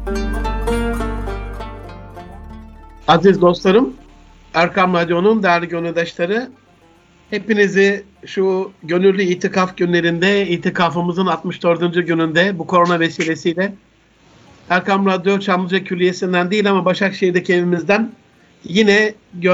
Aziz dostlarım, Erkam Radyo'nun değerli gönüldaşları, hepinizi şu gönüllü itikaf günlerinde, itikafımızın 64. gününde bu korona vesilesiyle Erkam Radyo Çamlıca Külliyesi'nden değil ama Başakşehir'deki evimizden yine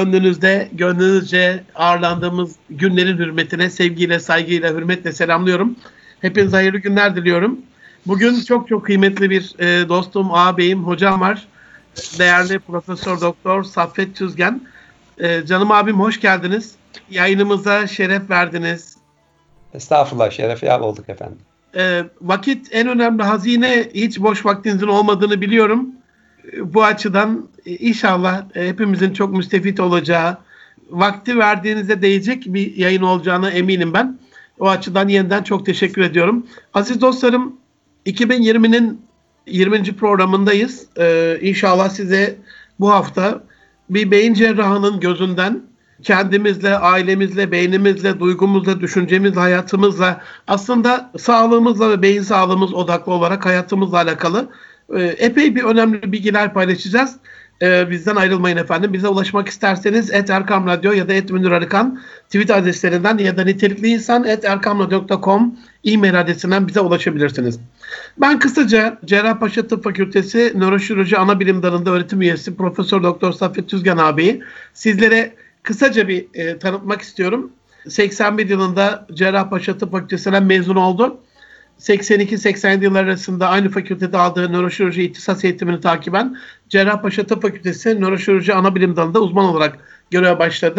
gönlünüzce ağırlandığımız günlerin hürmetine sevgiyle, saygıyla, hürmetle selamlıyorum. Hepinize hayırlı günler diliyorum. Bugün çok kıymetli bir dostum, ağabeyim, hocam var. Değerli Profesör Doktor Saffet Tüzgen. Canım abim, hoş geldiniz. Yayınımıza şeref verdiniz. Estağfurullah, şerefe yap olduk efendim. Vakit en önemli hazine, hiç boş vaktinizin olmadığını biliyorum. Bu açıdan inşallah hepimizin çok müstefit olacağı, vakti verdiğinize değecek bir yayın olacağına eminim ben. O açıdan yeniden çok teşekkür ediyorum. Aziz dostlarım, 2020'nin 20. programındayız. İnşallah size bu hafta bir beyin cerrahının gözünden kendimizle, ailemizle, beynimizle, duygumuzla, düşüncemizle, hayatımızla, aslında sağlığımızla ve beyin sağlığımız odaklı olarak hayatımızla alakalı epey bir önemli bilgiler paylaşacağız. Bizden ayrılmayın efendim. Bize ulaşmak isterseniz @Erkam Radyo ya da @Münir Arıkan tweet adreslerinden ya da nitelikliyinsan@erkamradyo.com e-mail adresinden bize ulaşabilirsiniz. Ben kısaca Cerrahpaşa Tıp Fakültesi Nöroşirurji Anabilim Dalı'nda öğretim üyesi Profesör Doktor Saffet Tüzgen ağabeyi sizlere kısaca bir tanıtmak istiyorum. 81 yılında Cerrahpaşa Tıp Fakültesi'nden mezun oldu. 82-87 yıllar arasında aynı fakültede aldığı nöroşirurji ihtisas eğitimini takiben Cerrahpaşa Tıp Fakültesi Nöroşirurji Anabilim Dalı'nda uzman olarak göreve başladı.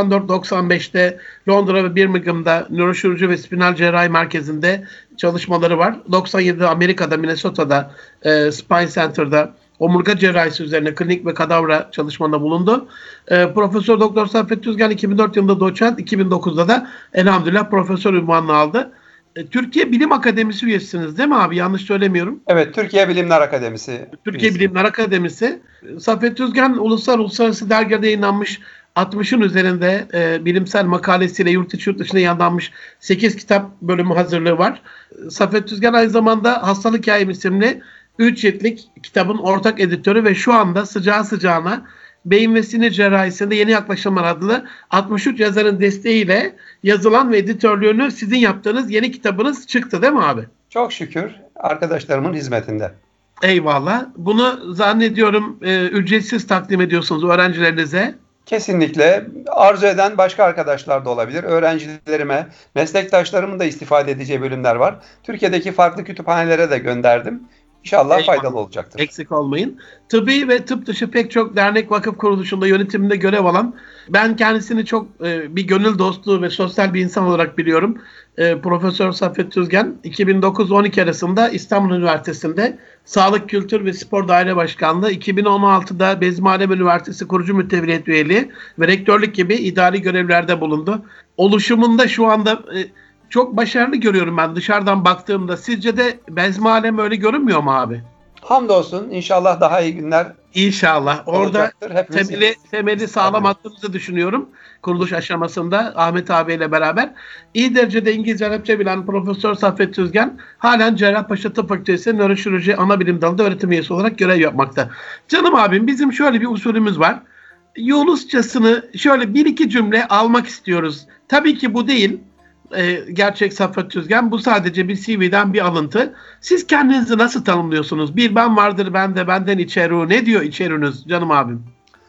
94-95'te Londra ve Birmingham'da nöroşirurji ve spinal cerrahi merkezinde çalışmaları var. 97'de Amerika'da, Minnesota'da Spine Center'da omurga cerrahisi üzerine klinik ve kadavra çalışmada bulundu. Profesör Doktor Saffet Tüzgen 2004 yılında doçent, 2009'da da elhamdülillah profesör unvanını aldı. Türkiye Bilim Akademisi üyesiniz değil mi abi? Yanlış söylemiyorum. Evet, Türkiye Bilimler Akademisi. Türkiye Bilimler Akademisi. Saffet Tüzgen uluslararası dergilerde yayınlanmış 60'ın üzerinde bilimsel makalesiyle yurt içi yurt dışında yayınlanmış 8 kitap bölümü hazırlığı var. Saffet Tüzgen aynı zamanda Hastalık Hikayem isimli 3 ciltlik kitabın ortak editörü ve şu anda sıcağı sıcağına Beyin ve Sinir Cerrahisi'nde Yeni Yaklaşımlar adlı 63 yazarın desteğiyle yazılan ve editörlüğünü sizin yaptığınız yeni kitabınız çıktı değil mi abi? Çok şükür arkadaşlarımın hizmetinde. Eyvallah. Bunu zannediyorum ücretsiz takdim ediyorsunuz öğrencilerinize. Kesinlikle. Arzu eden başka arkadaşlar da olabilir. Öğrencilerime, meslektaşlarımın da istifade edeceği bölümler var. Türkiye'deki farklı kütüphanelere de gönderdim. İnşallah Eyvallah. Faydalı olacaktır. Eksik olmayın. Tıbbi ve tıp dışı pek çok dernek vakıf kuruluşunda yönetiminde görev alan, ben kendisini çok bir gönül dostu ve sosyal bir insan olarak biliyorum. Profesör Saffet Tüzgen 2009-12 arasında İstanbul Üniversitesi'nde Sağlık, Kültür ve Spor Daire Başkanlığı, 2016'da Bezmialem Üniversitesi kurucu müttefilet üyeliği ve rektörlük gibi idari görevlerde bulundu. Oluşumunda şu anda çok başarılı görüyorum ben dışarıdan baktığımda. Sizce de Bezmialem öyle görünmüyor mu abi? Hamdolsun. İnşallah daha iyi günler İnşallah. Orada temeli sağlam Tabii. attığımızı düşünüyorum. Kuruluş aşamasında Ahmet abiyle beraber. İyi derecede İngilizce, Arapça bilen Profesör Saffet Tüzgen halen Cerrahpaşa Tıp Fakültesi Nöroşirurji Anabilim Dalı'nda öğretim üyesi olarak görev yapmakta. Canım abim, bizim şöyle bir usulümüz var. Yunusçasını şöyle bir iki cümle almak istiyoruz. Tabii ki bu değil. Gerçek Saffet Tüzgen. Bu sadece bir CV'den bir alıntı. Siz kendinizi nasıl tanımlıyorsunuz? Bir ben vardır bende, benden içeri. Ne diyor içeriniz canım abim?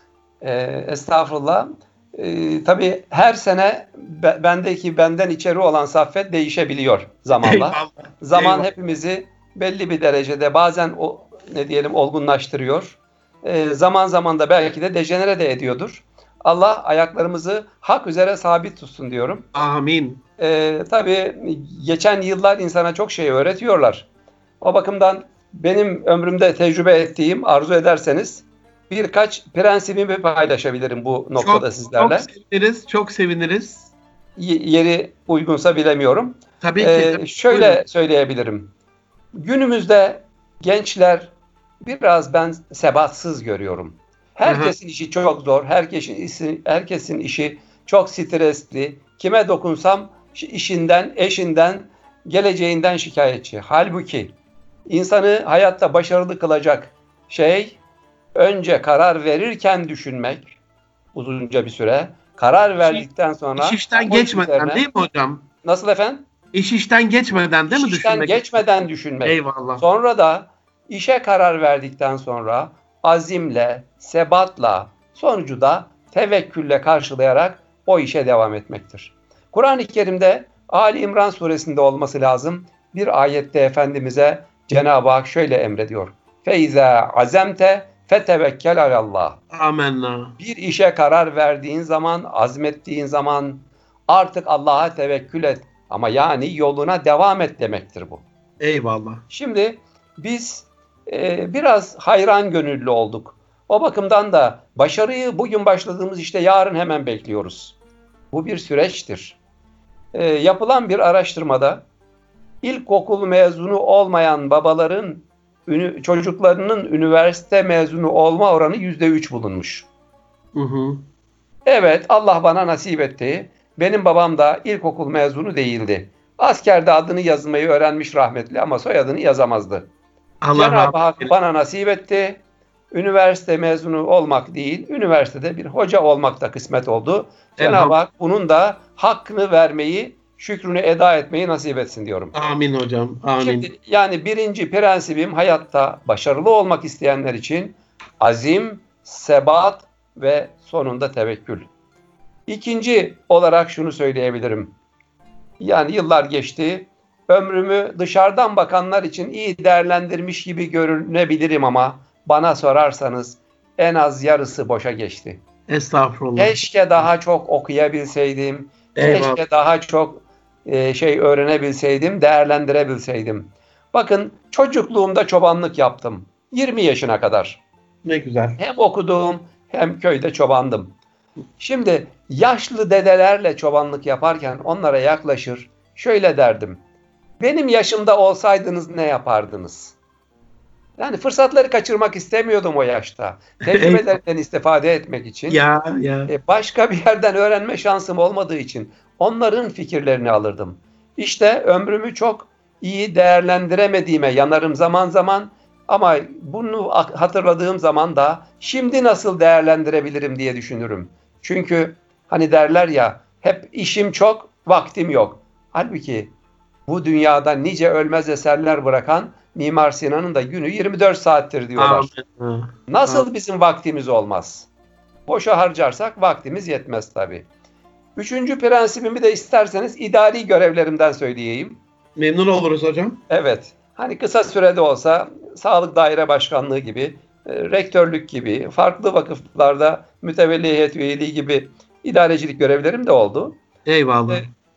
Estağfurullah. Tabii her sene benden içeri olan Saffet değişebiliyor zamanla. Eyvallah. Zaman Eyvallah. hepimizi belli bir derecede bazen olgunlaştırıyor. Zaman zaman da belki de dejenere de ediyordur. Allah ayaklarımızı hak üzere sabit tutsun diyorum. Amin. Tabii geçen yıllar insana çok şey öğretiyorlar. O bakımdan benim ömrümde tecrübe ettiğim, arzu ederseniz birkaç prensibimi paylaşabilirim bu noktada sizlerle. Çok seviniriz. Yeri uygunsa bilemiyorum. Tabii ki. Şöyle Buyurun. söyleyebilirim. Günümüzde gençler biraz ben sebatsız görüyorum. Herkesin işi çok zor, herkesin işi çok stresli. Kime dokunsam işinden, eşinden, geleceğinden şikayetçi. Halbuki insanı hayatta başarılı kılacak önce karar verirken düşünmek, uzunca bir süre. Karar verdikten sonra... İş işten geçmeden değil mi hocam? Nasıl efendim? İş işten geçmeden değil mi İş işten düşünmek? geçmeden düşünmek. Eyvallah. Sonra da işe karar verdikten sonra azimle, sebatla, sonucu da tevekkülle karşılayarak o işe devam etmektir. Kur'an-ı Kerim'de Ali İmran suresinde olması lazım. Bir ayette Efendimiz'e Cenab-ı Hak şöyle emrediyor. فَاِذَا عَزَمْتَ فَتَوَكَّلْ عَلَى اللّٰهِ. Amenna. Bir işe karar verdiğin zaman, azmettiğin zaman artık Allah'a tevekkül et. Ama yani yoluna devam et demektir bu. Eyvallah. Şimdi biz biraz hayran gönüllü olduk. O bakımdan da başarıyı bugün başladığımız işte yarın hemen bekliyoruz. Bu bir süreçtir. Yapılan bir araştırmada ilkokul mezunu olmayan babaların çocuklarının üniversite mezunu olma oranı %3 bulunmuş. Hı. Evet, Allah bana nasip etti. Benim babam da ilkokul mezunu değildi. Askerde adını yazmayı öğrenmiş rahmetli ama soyadını yazamazdı. Cenab-ı Hak bana nasip etti. Üniversite mezunu olmak değil, üniversitede bir hoca olmak da kısmet oldu. Cenab-ı Hak bunun da hakkını vermeyi, şükrünü eda etmeyi nasip etsin diyorum. Amin hocam, amin. Şimdi yani birinci prensibim hayatta başarılı olmak isteyenler için azim, sebat ve sonunda tevekkül. İkinci olarak şunu söyleyebilirim. Yani yıllar geçti. Ömrümü dışarıdan bakanlar için iyi değerlendirmiş gibi görünebilirim ama bana sorarsanız en az yarısı boşa geçti. Estağfurullah. Keşke daha çok okuyabilseydim. Eyvallah. Keşke daha çok öğrenebilseydim, değerlendirebilseydim. Bakın çocukluğumda çobanlık yaptım. 20 yaşına kadar. Ne güzel. Hem okudum hem köyde çobandım. Şimdi yaşlı dedelerle çobanlık yaparken onlara yaklaşır, şöyle derdim. Benim yaşımda olsaydınız ne yapardınız? Yani fırsatları kaçırmak istemiyordum o yaşta. Tecrübelerden istifade etmek için. Ya. Başka bir yerden öğrenme şansım olmadığı için onların fikirlerini alırdım. İşte ömrümü çok iyi değerlendiremediğime yanarım zaman zaman. Ama bunu hatırladığım zaman da şimdi nasıl değerlendirebilirim diye düşünürüm. Çünkü hani derler ya hep işim çok, vaktim yok. Halbuki bu dünyada nice ölmez eserler bırakan Mimar Sinan'ın da günü 24 saattir diyorlar. Amin. Nasıl bizim vaktimiz olmaz? Boşa harcarsak vaktimiz yetmez tabii. Üçüncü prensibimi de isterseniz idari görevlerimden söyleyeyim. Memnun oluruz hocam. Evet. Hani kısa sürede olsa sağlık daire başkanlığı gibi, rektörlük gibi, farklı vakıflarda mütevelli heyet üyeliği gibi idarecilik görevlerim de oldu. Eyvallah.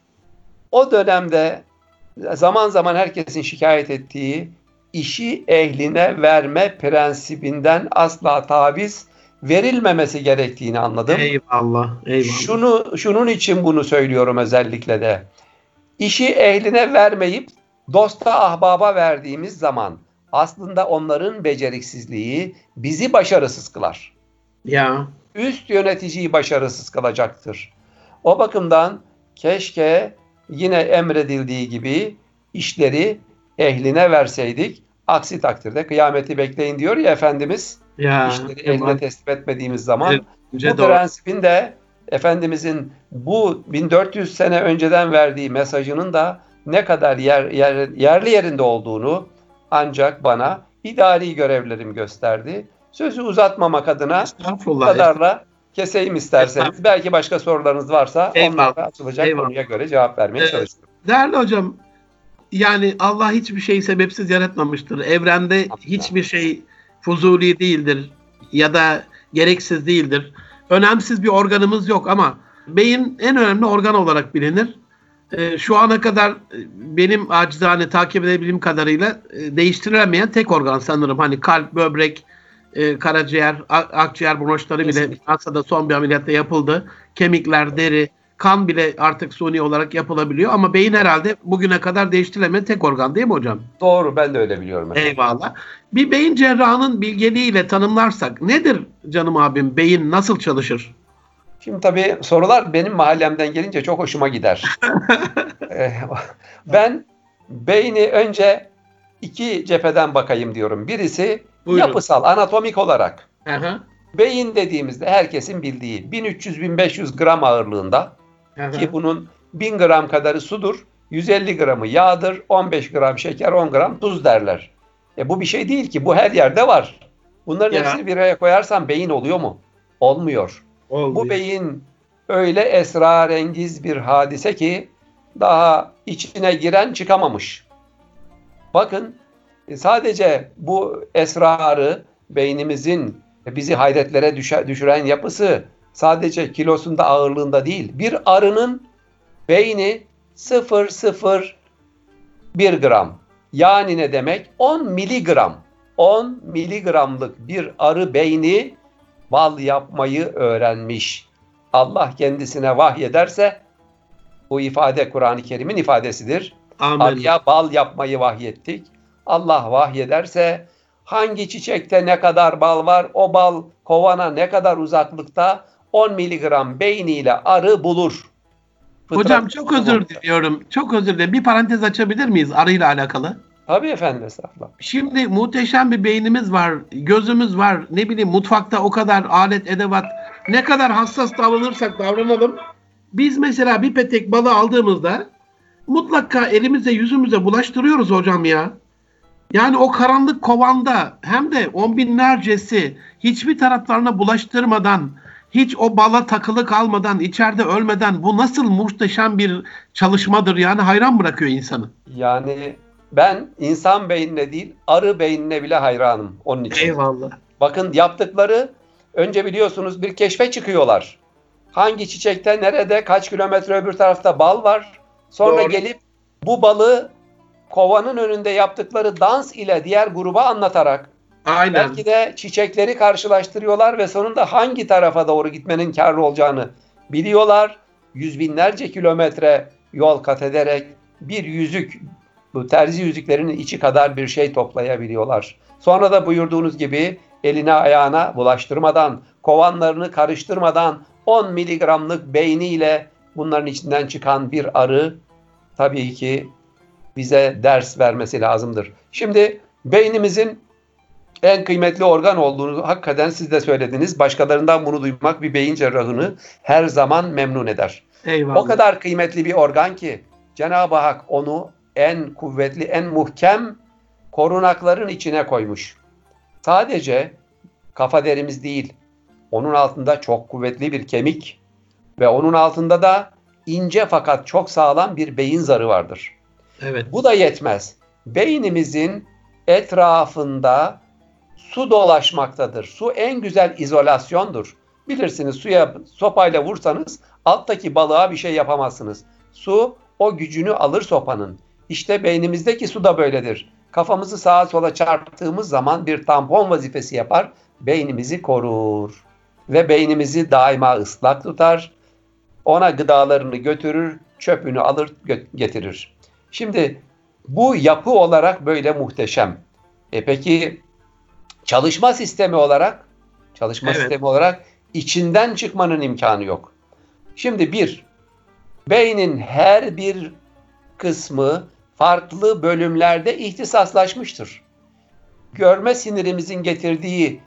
O dönemde zaman zaman herkesin şikayet ettiği işi ehline verme prensibinden asla taviz verilmemesi gerektiğini anladım. Eyvallah. Şunun için bunu söylüyorum özellikle de. İşi ehline vermeyip dosta ahbaba verdiğimiz zaman aslında onların beceriksizliği bizi başarısız kılar. Ya. Üst yöneticiyi başarısız kılacaktır. O bakımdan keşke yine emredildiği gibi işleri ehline verseydik. Aksi takdirde kıyameti bekleyin diyor ya Efendimiz. Ya. İşleri ehline teslim etmediğimiz zaman bu doğru. prensibin de Efendimizin bu 1400 sene önceden verdiği mesajının da ne kadar yerli yerinde olduğunu ancak bana idari görevlerim gösterdi. Sözü uzatmamak adına bu kadarla keseyim isterseniz. Belki başka sorularınız varsa onlara açılacak konuya göre cevap vermeye çalışıyorum. Değerli hocam, yani Allah hiçbir şeyi sebepsiz yaratmamıştır. Evrende hiçbir şey fuzuli değildir ya da gereksiz değildir. Önemsiz bir organımız yok ama beyin en önemli organ olarak bilinir. Şu ana kadar benim acizane takip edebildiğim kadarıyla değiştirilemeyen tek organ sanırım. Hani kalp, böbrek, karaciğer, akciğer bronşları bile Fransa'da son bir ameliyatta yapıldı. Kemikler, deri, kan bile artık suni olarak yapılabiliyor. Ama beyin herhalde bugüne kadar değiştirilemeyen tek organ değil mi hocam? Doğru, ben de öyle biliyorum. Efendim. Eyvallah. Bir beyin cerrahının bilgeliğiyle tanımlarsak nedir canım abim? Beyin nasıl çalışır? Şimdi tabii sorular benim mahallemden gelince çok hoşuma gider. Ben beyni önce iki cepheden bakayım diyorum. Birisi Buyurun. Yapısal, anatomik olarak. Aha, Beyin dediğimizde herkesin bildiği 1300-1500 gram ağırlığında, ki aha. bunun 1000 gram kadarı sudur, 150 gramı yağdır, 15 gram şeker, 10 gram tuz derler. Bu bir şey değil ki, bu her yerde var. Bunların Ya, hepsini bir araya koyarsan beyin oluyor mu? Olmuyor. Bu olmuyor. beyin öyle esrarengiz bir hadise ki daha içine giren çıkamamış. Bakın, sadece bu esrarı, beynimizin bizi hayretlere düşüren yapısı sadece kilosunda, ağırlığında değil. Bir arının beyni 0,01 gram. Yani ne demek? 10 miligram. 10 miligramlık bir arı beyni bal yapmayı öğrenmiş. Allah kendisine vahyederse, bu ifade Kur'an-ı Kerim'in ifadesidir. Amin. Arıya bal yapmayı vahyettik. Allah vahyederse hangi çiçekte ne kadar bal var, o bal kovana ne kadar uzaklıkta, 10 miligram beyniyle arı bulur. Hocam çok özür diliyorum. Çok özür dilerim. Bir parantez açabilir miyiz arıyla alakalı? Tabii efendim, estağfurullah. Şimdi muhteşem bir beynimiz var, gözümüz var. Ne bileyim, mutfakta o kadar alet, edevat. Ne kadar hassas davranırsak davranalım. Biz mesela bir petek balı aldığımızda mutlaka elimize yüzümüze bulaştırıyoruz hocam ya. Yani o karanlık kovanda hem de on binlercesi hiçbir taraflarına bulaştırmadan, hiç o bala takılı kalmadan, içeride ölmeden, bu nasıl muhteşem bir çalışmadır, yani hayran bırakıyor insanı. Yani ben insan beynine değil, arı beynine bile hayranım onun için. Eyvallah. Bakın yaptıkları, önce biliyorsunuz bir keşfe çıkıyorlar. Hangi çiçekte, nerede, kaç kilometre öbür tarafta bal var. Sonra Doğru. gelip bu balı kovanın önünde yaptıkları dans ile diğer gruba anlatarak, Aynen. belki de çiçekleri karşılaştırıyorlar ve sonunda hangi tarafa doğru gitmenin kârlı olacağını biliyorlar. Yüz binlerce kilometre yol kat ederek bir yüzük, bu terzi yüzüklerinin içi kadar bir şey toplayabiliyorlar. Sonra da buyurduğunuz gibi eline ayağına bulaştırmadan, kovanlarını karıştırmadan 10 miligramlık beyniyle bunların içinden çıkan bir arı tabii ki bize ders vermesi lazımdır. Şimdi beynimizin en kıymetli organ olduğunu hakikaten siz de söylediniz. Başkalarından bunu duymak bir beyin cerrahını her zaman memnun eder. Eyvallah. O kadar kıymetli bir organ ki Cenab-ı Hak onu en kuvvetli, en muhkem korunakların içine koymuş. Sadece kafa derimiz değil, onun altında çok kuvvetli bir kemik ve onun altında da ince fakat çok sağlam bir beyin zarı vardır. Evet. Bu da yetmez. Beynimizin etrafında su dolaşmaktadır. Su en güzel izolasyondur. Bilirsiniz, suya sopayla vursanız alttaki balığa bir şey yapamazsınız. Su o gücünü alır sopanın. İşte beynimizdeki su da böyledir. Kafamızı sağa sola çarptığımız zaman bir tampon vazifesi yapar, beynimizi korur. Ve beynimizi daima ıslak tutar. Ona gıdalarını götürür, çöpünü alır getirir. Şimdi bu yapı olarak böyle muhteşem. Peki çalışma sistemi olarak, sistemi olarak içinden çıkmanın imkanı yok. Şimdi beynin her bir kısmı farklı bölümlerde ihtisaslaşmıştır. Görme sinirimizin getirdiği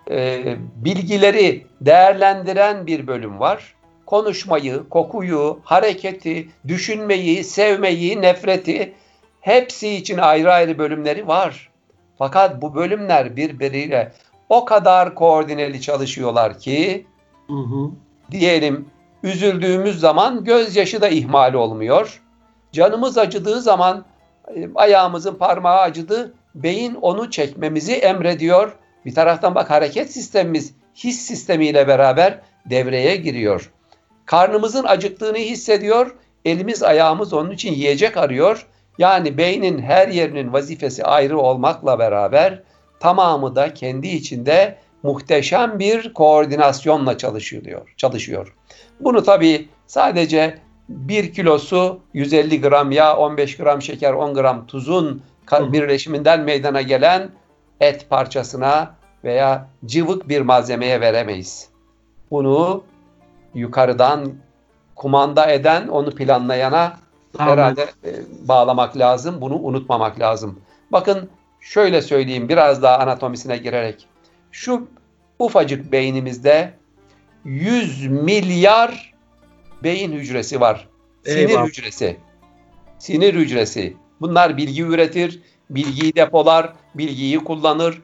bilgileri değerlendiren bir bölüm var. Konuşmayı, kokuyu, hareketi, düşünmeyi, sevmeyi, nefreti, hepsi için ayrı ayrı bölümleri var. Fakat bu bölümler birbiriyle o kadar koordineli çalışıyorlar ki, diyelim üzüldüğümüz zaman gözyaşı da ihmal olmuyor. Canımız acıdığı zaman, ayağımızın parmağı acıdı, beyin onu çekmemizi emrediyor. Bir taraftan bak, hareket sistemimiz his sistemiyle beraber devreye giriyor. Karnımızın acıktığını hissediyor, elimiz ayağımız onun için yiyecek arıyor. Yani beynin her yerinin vazifesi ayrı olmakla beraber tamamı da kendi içinde muhteşem bir koordinasyonla çalışıyor. Bunu tabii sadece 1 kilosu 150 gram yağ, 15 gram şeker, 10 gram tuzun birleşiminden meydana gelen et parçasına veya cıvık bir malzemeye veremeyiz. Bunu yukarıdan kumanda eden, onu planlayana herhalde bağlamak lazım. Bunu unutmamak lazım. Bakın, şöyle söyleyeyim biraz daha anatomisine girerek. Şu ufacık beynimizde 100 milyar beyin hücresi var. Sinir Eyvallah. hücresi. Sinir hücresi. Bunlar bilgi üretir, bilgiyi depolar, bilgiyi kullanır.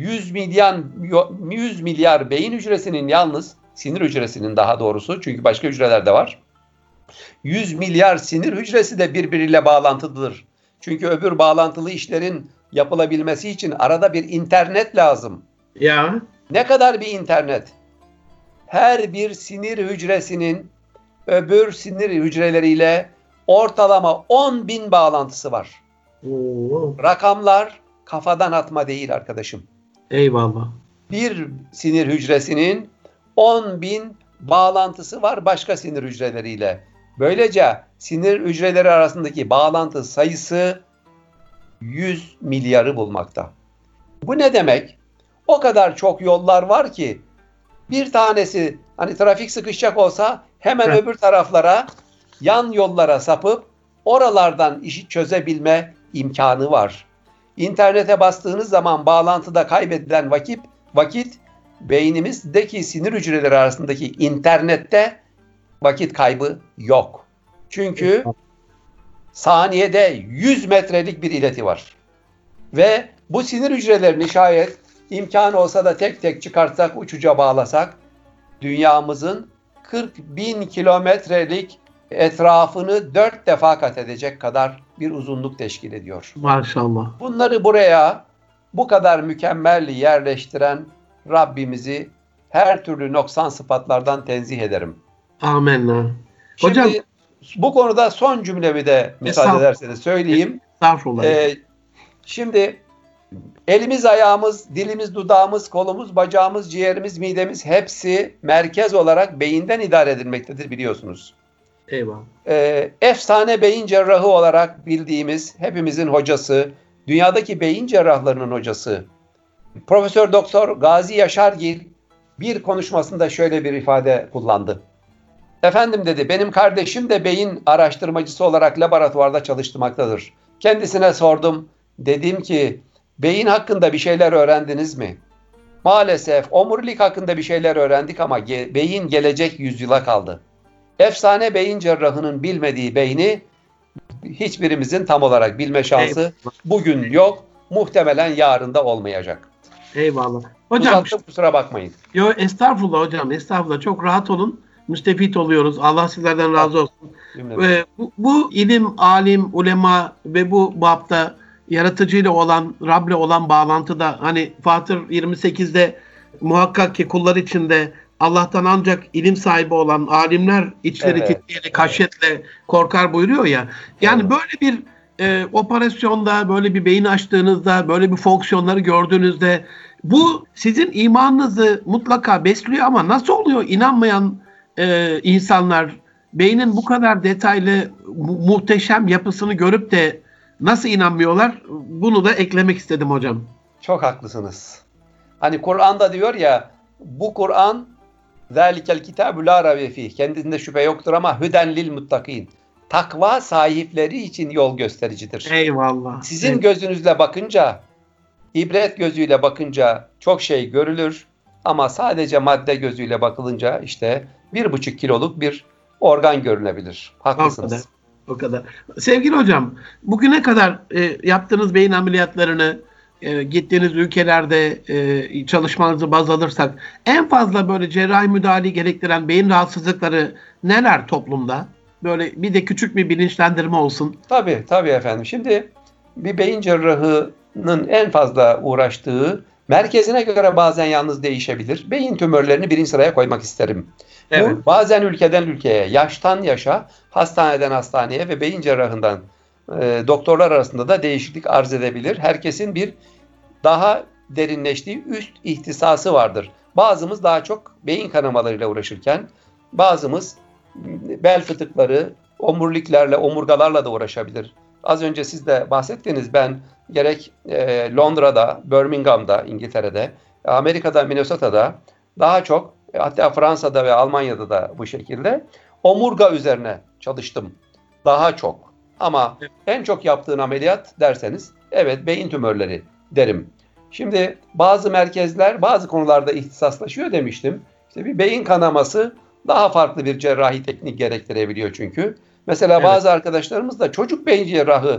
100 milyar beyin hücresinin yalnız, sinir hücresinin daha doğrusu, çünkü başka hücreler de var. 100 milyar sinir hücresi de birbiriyle bağlantılıdır. Çünkü öbür bağlantılı işlerin yapılabilmesi için arada bir internet lazım. Ya. Ne kadar bir internet? Her bir sinir hücresinin öbür sinir hücreleriyle ortalama 10.000 bağlantısı var. Oo. Rakamlar kafadan atma değil arkadaşım. Eyvallah. Bir sinir hücresinin 10.000 bağlantısı var başka sinir hücreleriyle. Böylece sinir hücreleri arasındaki bağlantı sayısı 100 milyarı bulmakta. Bu ne demek? O kadar çok yollar var ki bir tanesi, hani trafik sıkışacak olsa hemen öbür taraflara, yan yollara sapıp oralardan işi çözebilme imkanı var. İnternete bastığınız zaman bağlantıda kaybedilen vakit beynimizdeki sinir hücreleri arasındaki internette vakit kaybı yok. Çünkü saniyede 100 metrelik bir ileti var. Ve bu sinir hücrelerini şayet imkanı olsa da tek tek çıkartsak, uçuca bağlasak, dünyamızın 40.000 kilometrelik etrafını 4 defa kat edecek kadar bir uzunluk teşkil ediyor. Maşallah. Bunları buraya bu kadar mükemmel yerleştiren Rabbimizi her türlü noksan sıfatlardan tenzih ederim. Amenna. Şimdi Hocam, bu konuda son cümlemi de müsaade ederseniz söyleyeyim. Estağfurullah. Şimdi elimiz, ayağımız, dilimiz, dudağımız, kolumuz, bacağımız, ciğerimiz, midemiz hepsi merkez olarak beyinden idare edilmektedir biliyorsunuz. Eyvallah. Efsane beyin cerrahı olarak bildiğimiz hepimizin hocası, dünyadaki beyin cerrahlarının hocası Profesör Doktor Gazi Yaşargil bir konuşmasında şöyle bir ifade kullandı. Efendim dedi, benim kardeşim de beyin araştırmacısı olarak laboratuvarda çalışmaktadır. Kendisine sordum. Dedim ki, beyin hakkında bir şeyler öğrendiniz mi? Maalesef omurilik hakkında bir şeyler öğrendik ama beyin gelecek yüzyıla kaldı. Efsane beyin cerrahının bilmediği beyni hiçbirimizin tam olarak bilme şansı bugün yok. Muhtemelen yarın da olmayacak. Eyvallah. Hocam, kusura bakmayın. Yo, estağfurullah hocam, estağfurullah. Çok rahat olun. Müstefit oluyoruz. Allah sizlerden razı olsun. Bu ilim, alim, ulema ve bu bapta yaratıcıyla olan, Rab'le olan bağlantıda, hani Fatır 28'de muhakkak ki kullar içinde Allah'tan ancak ilim sahibi olan alimler içleri titreyerek, haşyetle korkar buyuruyor ya. Yani böyle bir operasyonda, böyle bir beyin açtığınızda, böyle bir fonksiyonları gördüğünüzde bu sizin imanınızı mutlaka besliyor ama nasıl oluyor inanmayan insanlar beynin bu kadar detaylı, muhteşem yapısını görüp de nasıl inanmıyorlar? Bunu da eklemek istedim hocam. Çok haklısınız. Hani Kur'an'da diyor ya, bu Kur'an zâlikel kitâbü lâ raybe fîh, kendisinde şüphe yoktur ama hüden lil muttaqîn, takva sahipleri için yol göstericidir. Eyvallah. Sizin gözünüzle bakınca, ibret gözüyle bakınca çok şey görülür ama sadece madde gözüyle bakılınca işte 1,5 kiloluk bir organ görünebilir. Haklısınız. O kadar. Sevgili hocam, bugüne kadar yaptığınız beyin ameliyatlarını, gittiğiniz ülkelerde çalışmanızı baz alırsak en fazla böyle cerrahi müdahale gerektiren beyin rahatsızlıkları neler toplumda? Böyle bir de küçük bir bilinçlendirme olsun. Tabii efendim. Şimdi bir beyin cerrahının en fazla uğraştığı, merkezine göre bazen yalnız değişebilir, beyin tümörlerini birinci sıraya koymak isterim. Evet. Bu bazen ülkeden ülkeye, yaştan yaşa, hastaneden hastaneye ve beyin cerrahından doktorlar arasında da değişiklik arz edebilir. Herkesin bir daha derinleştiği üst ihtisası vardır. Bazımız daha çok beyin kanamalarıyla uğraşırken, bazımız bel fıtıkları, omuriliklerle, omurgalarla da uğraşabilir. Az önce siz de bahsettiniz, ben gerek Londra'da, Birmingham'da, İngiltere'de, Amerika'da, Minnesota'da, daha çok hatta Fransa'da ve Almanya'da da bu şekilde omurga üzerine çalıştım. Daha çok. Ama en çok yaptığın ameliyat derseniz, evet, beyin tümörleri. derim. Şimdi bazı merkezler bazı konularda ihtisaslaşıyor demiştim. İşte bir beyin kanaması daha farklı bir cerrahi teknik gerektirebiliyor çünkü. Mesela bazı arkadaşlarımız da çocuk beyin cerrahı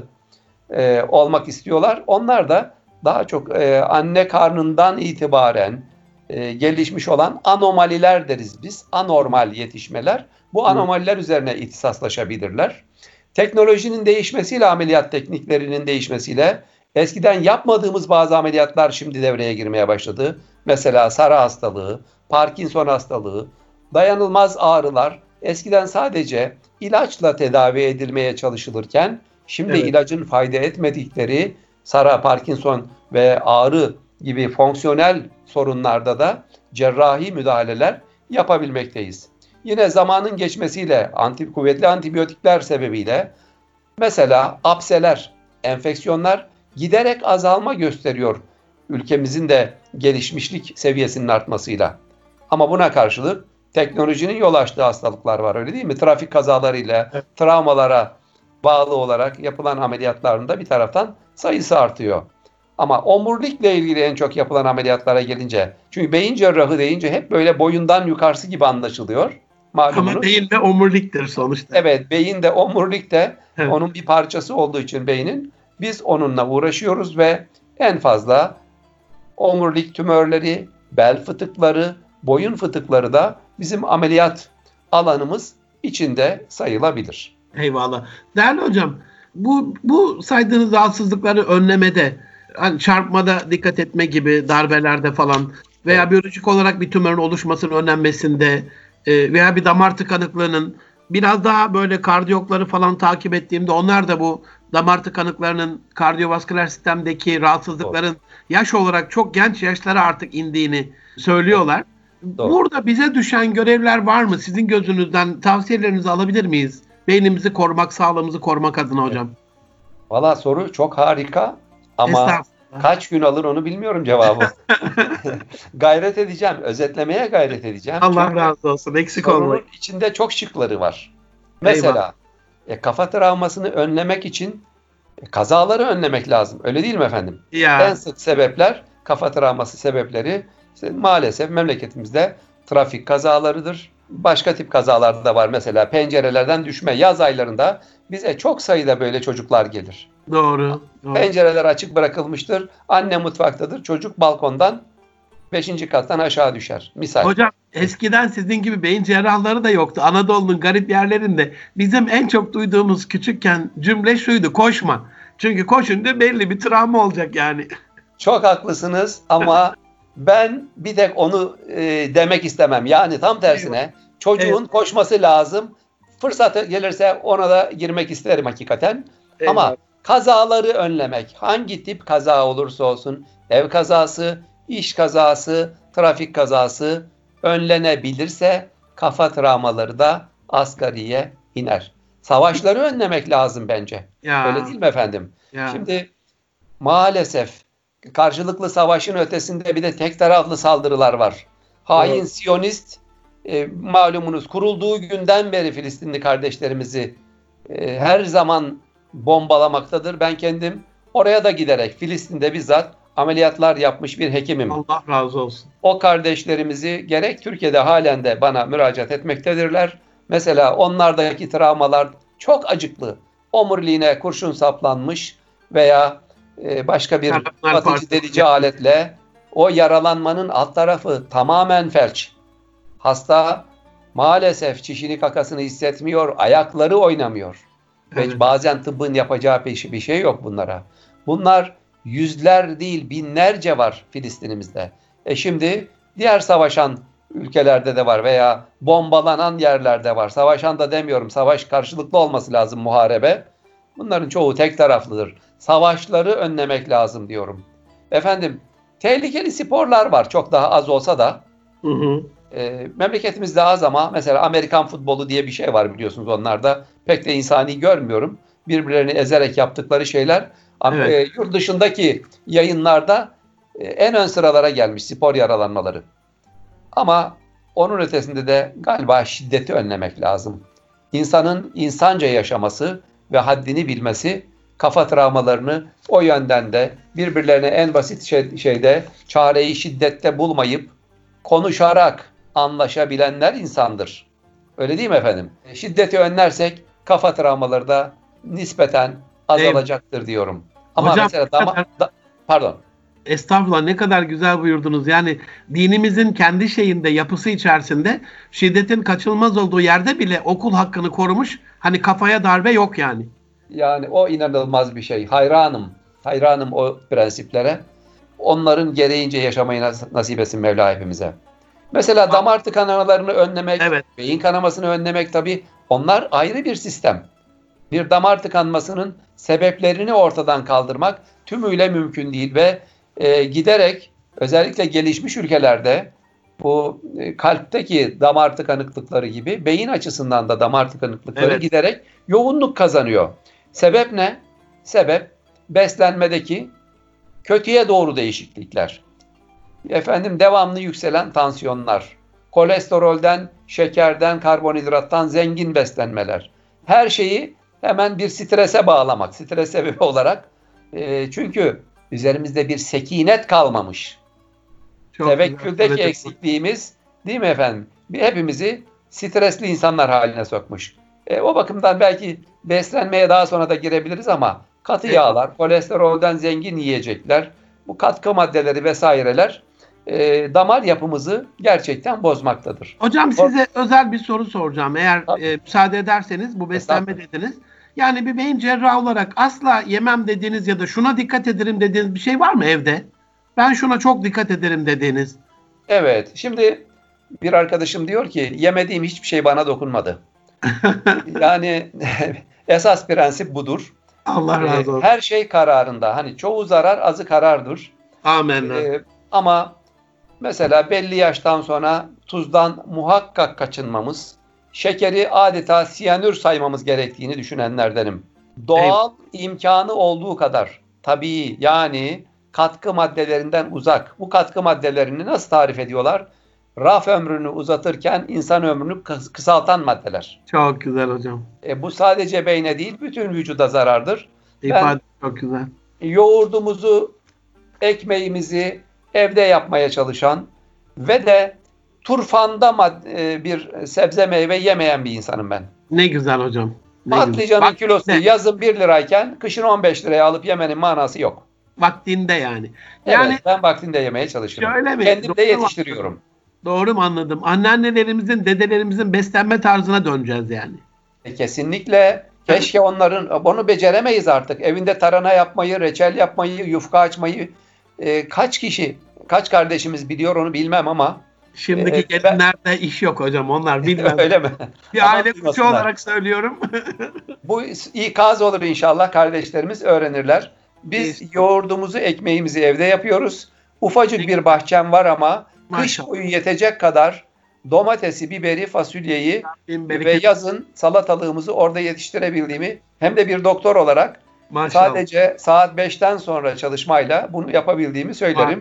olmak istiyorlar. Onlar da daha çok anne karnından itibaren gelişmiş olan anomaliler deriz biz. Anormal yetişmeler. Bu anomaliler üzerine ihtisaslaşabilirler. Teknolojinin değişmesiyle, ameliyat tekniklerinin değişmesiyle eskiden yapmadığımız bazı ameliyatlar şimdi devreye girmeye başladı. Mesela sarı hastalığı, Parkinson hastalığı, dayanılmaz ağrılar eskiden sadece ilaçla tedavi edilmeye çalışılırken şimdi ilacın fayda etmedikleri sarı, Parkinson ve ağrı gibi fonksiyonel sorunlarda da cerrahi müdahaleler yapabilmekteyiz. Yine zamanın geçmesiyle kuvvetli antibiyotikler sebebiyle mesela apseler, enfeksiyonlar giderek azalma gösteriyor ülkemizin de gelişmişlik seviyesinin artmasıyla. Ama buna karşılık teknolojinin yol açtığı hastalıklar var, öyle değil mi? Trafik kazalarıyla, travmalara bağlı olarak yapılan ameliyatların da bir taraftan sayısı artıyor. Ama omurilikle ilgili en çok yapılan ameliyatlara gelince, çünkü beyin cerrahı deyince hep böyle boyundan yukarısı gibi anlaşılıyor. Malumunuz. Ama beyin de omuriliktir sonuçta. Evet, beyin de omurilik de onun bir parçası olduğu için beynin biz onunla uğraşıyoruz ve en fazla omurilik tümörleri, bel fıtıkları, boyun fıtıkları da bizim ameliyat alanımız içinde sayılabilir. Eyvallah. Değerli hocam, bu saydığınız rahatsızlıkları önlemede, hani çarpmada dikkat etme gibi, darbelerde falan veya biyolojik olarak bir tümörün oluşmasının önlenmesinde veya bir damar tıkanıklığının biraz daha böyle kardiyokları falan takip ettiğimde onlar da bu damar tıkanıklarının kardiyovasküler sistemdeki rahatsızlıkların yaş olarak çok genç yaşlara artık indiğini söylüyorlar. Doğru. Burada bize düşen görevler var mı? Sizin gözünüzden tavsiyelerinizi alabilir miyiz? Beynimizi korumak, sağlığımızı korumak adına hocam. Valla soru çok harika ama kaç gün alır onu bilmiyorum cevabı. Gayret edeceğim, özetlemeye gayret edeceğim. Allah razı olsun, eksik olmayın. Sorunun içinde çok şıkları var. Mesela kafa travmasını önlemek için kazaları önlemek lazım. Öyle değil mi efendim? En sık sebepler, kafa travması sebepleri işte maalesef memleketimizde trafik kazalarıdır. Başka tip kazalar da var. Mesela pencerelerden düşme. Yaz aylarında bize çok sayıda böyle çocuklar gelir. Doğru. Pencereler açık bırakılmıştır. Anne mutfaktadır. Çocuk balkondan 5. kattan aşağı düşer. Misal. Hocam eskiden sizin gibi beyin cerrahları da yoktu. Anadolu'nun garip yerlerinde bizim en çok duyduğumuz küçükken cümle şuydu: koşma. Çünkü koşunca belli bir travma olacak yani. Çok haklısınız ama ben bir tek onu demek istemem. Yani tam tersine çocuğun koşması lazım. Fırsat gelirse ona da girmek isterim hakikaten. Ama kazaları önlemek, hangi tip kaza olursa olsun, ev kazası, iş kazası, trafik kazası önlenebilirse kafa travmaları da asgariye iner. Savaşları önlemek lazım bence. Öyle değil mi efendim? Şimdi maalesef karşılıklı savaşın ötesinde bir de tek taraflı saldırılar var. Hain Siyonist malumunuz kurulduğu günden beri Filistinli kardeşlerimizi her zaman bombalamaktadır. Ben kendim oraya da giderek Filistin'de bizzat ameliyatlar yapmış bir hekimim. Allah razı olsun. O kardeşlerimizi gerek Türkiye'de halen de bana müracaat etmektedirler. Mesela onlardaki travmalar çok acıklı. Omuriliğine kurşun saplanmış veya başka bir batıcı delici aletle o yaralanmanın alt tarafı tamamen felç. Hasta maalesef çişini kakasını hissetmiyor, ayakları oynamıyor. Ve bazen tıbbın yapacağı bir şey yok bunlara. Bunlar yüzler değil binlerce var Filistin'imizde. Şimdi diğer savaşan ülkelerde de var veya bombalanan yerlerde var. Savaşan da demiyorum, savaş karşılıklı olması lazım, muharebe. Bunların çoğu tek taraflıdır. Savaşları önlemek lazım diyorum. Efendim, tehlikeli sporlar var çok daha az olsa da. Memleketimizde az ama mesela Amerikan futbolu diye bir şey var biliyorsunuz, onlarda pek de insani görmüyorum. Birbirlerini ezerek yaptıkları şeyler yurt dışındaki yayınlarda en ön sıralara gelmiş spor yaralanmaları. Ama onun ötesinde de galiba şiddeti önlemek lazım. İnsanın insanca yaşaması ve haddini bilmesi kafa travmalarını o yönden de birbirlerine en basit şeyde çareyi şiddette bulmayıp konuşarak anlaşabilenler insandır. Öyle değil mi efendim? Şiddeti önlersek kafa travmaları da nispeten azalacaktır diyorum. Ama hocam, mesela pardon. Estağfurullah, ne kadar güzel buyurdunuz. Yani dinimizin kendi şeyinde, yapısı içerisinde şiddetin kaçınılmaz olduğu yerde bile okul hakkını korumuş. Hani kafaya darbe yok yani. Yani o inanılmaz bir şey. Hayranım. Hayranım o prensiplere. Onların gereğince yaşamayı nasip etsin Mevla hepimize. Mesela damar tıkanmalarını önlemek, evet, beyin kanamasını önlemek tabii onlar ayrı bir sistem. Bir damar tıkanmasının sebeplerini ortadan kaldırmak tümüyle mümkün değil ve giderek özellikle gelişmiş ülkelerde bu kalpteki damar tıkanıklıkları gibi beyin açısından da damar tıkanıklıkları giderek yoğunluk kazanıyor. Sebep ne? Sebep beslenmedeki kötüye doğru değişiklikler. Efendim devamlı yükselen tansiyonlar, kolesterolden, şekerden, karbonhidrattan zengin beslenmeler. Her şeyi hemen bir strese bağlamak, stres sebebi olarak. Çünkü üzerimizde bir sekinet kalmamış. Çok tevekküldeki eksikliğimiz, değil mi efendim? Hepimizi stresli insanlar haline sokmuş. O bakımdan belki beslenmeye daha sonra da girebiliriz ama katı yağlar, kolesterolden zengin yiyecekler, bu katkı maddeleri vesaireler damar yapımızı gerçekten bozmaktadır. Hocam size özel bir soru soracağım. Eğer müsaade ederseniz, bu beslenme dediniz. Yani bir beyin cerrahı olarak asla yemem dediğiniz ya da şuna dikkat ederim dediğiniz bir şey var mı evde? Ben şuna çok dikkat ederim dediğiniz. Evet. Şimdi bir arkadaşım diyor ki yemediğim hiçbir şey bana dokunmadı. Yani esas prensip budur. Allah razı olsun. Her şey kararında. Hani çoğu zarar azı karardır. Amin. Ama mesela belli yaştan sonra tuzdan muhakkak kaçınmamız, şekeri adeta siyanür saymamız gerektiğini düşünenlerdenim. Doğal imkanı olduğu kadar tabii yani katkı maddelerinden uzak. Bu katkı maddelerini nasıl tarif ediyorlar? Raf ömrünü uzatırken insan ömrünü kısaltan maddeler. Çok güzel hocam. Bu sadece beyne değil bütün vücuda zarardır. İfade çok güzel. Yoğurdumuzu, ekmeğimizi evde yapmaya çalışan ve de turfanda bir sebze meyve yemeyen bir insanım ben. Ne güzel hocam. Patlıcanın kilosu yazın 1 lirayken kışın 15 liraya alıp yemenin manası yok. Vaktinde yani. Evet, ben vaktinde yemeye çalışırım. Şöyle mi? Kendim de yetiştiriyorum. Doğru mu anladım? Anneannelerimizin, dedelerimizin beslenme tarzına döneceğiz yani. Kesinlikle. Keşke onların, bunu beceremeyiz artık. Evinde tarhana yapmayı, reçel yapmayı, yufka açmayı kaç kardeşimiz biliyor onu bilmem ama. Şimdiki gelinlerde iş yok hocam, onlar bilmez. Öyle mi? Bir aile kuşu olarak söylüyorum. Bu ikaz olur inşallah, kardeşlerimiz öğrenirler. Biz yoğurdumuzu, ekmeğimizi evde yapıyoruz. Ufacık bir bahçem var ama kış boyu yetecek kadar domatesi, biberi, fasulyeyi ve yazın salatalığımızı orada yetiştirebildiğimi hem de bir doktor olarak sadece saat 5'ten sonra çalışmayla bunu yapabildiğimi söylerim.